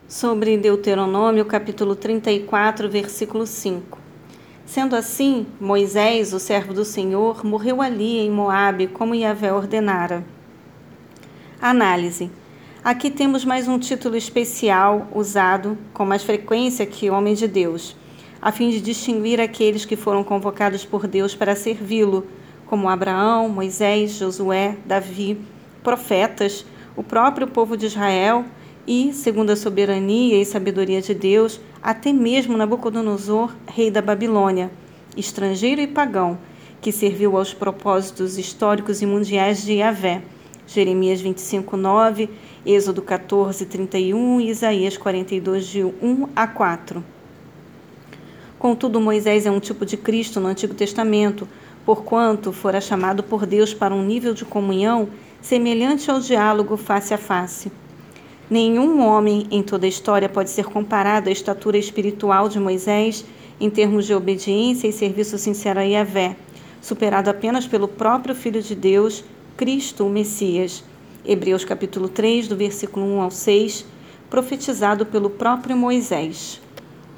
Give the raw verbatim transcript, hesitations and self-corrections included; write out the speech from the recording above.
sobre Deuteronômio, capítulo trinta e quatro, versículo cinco. Sendo assim, Moisés, o servo do Senhor, morreu ali em Moabe, como Yahvé ordenara. Análise. Aqui temos mais um título especial usado com mais frequência que homem de Deus, a fim de distinguir aqueles que foram convocados por Deus para servi-lo, como Abraão, Moisés, Josué, Davi, profetas, o próprio povo de Israel e, segundo a soberania e sabedoria de Deus, até mesmo Nabucodonosor, rei da Babilônia, estrangeiro e pagão, que serviu aos propósitos históricos e mundiais de Yahvé. Jeremias vinte e cinco, nove, Êxodo quatorze, trinta e um e Isaías quarenta e dois, de um a quatro. Contudo, Moisés é um tipo de Cristo no Antigo Testamento, porquanto fora chamado por Deus para um nível de comunhão semelhante ao diálogo face a face. Nenhum homem em toda a história pode ser comparado à estatura espiritual de Moisés em termos de obediência e serviço sincero a Yahvé, superado apenas pelo próprio Filho de Deus, Cristo, o Messias. Hebreus capítulo três, do versículo um ao seis, profetizado pelo próprio Moisés.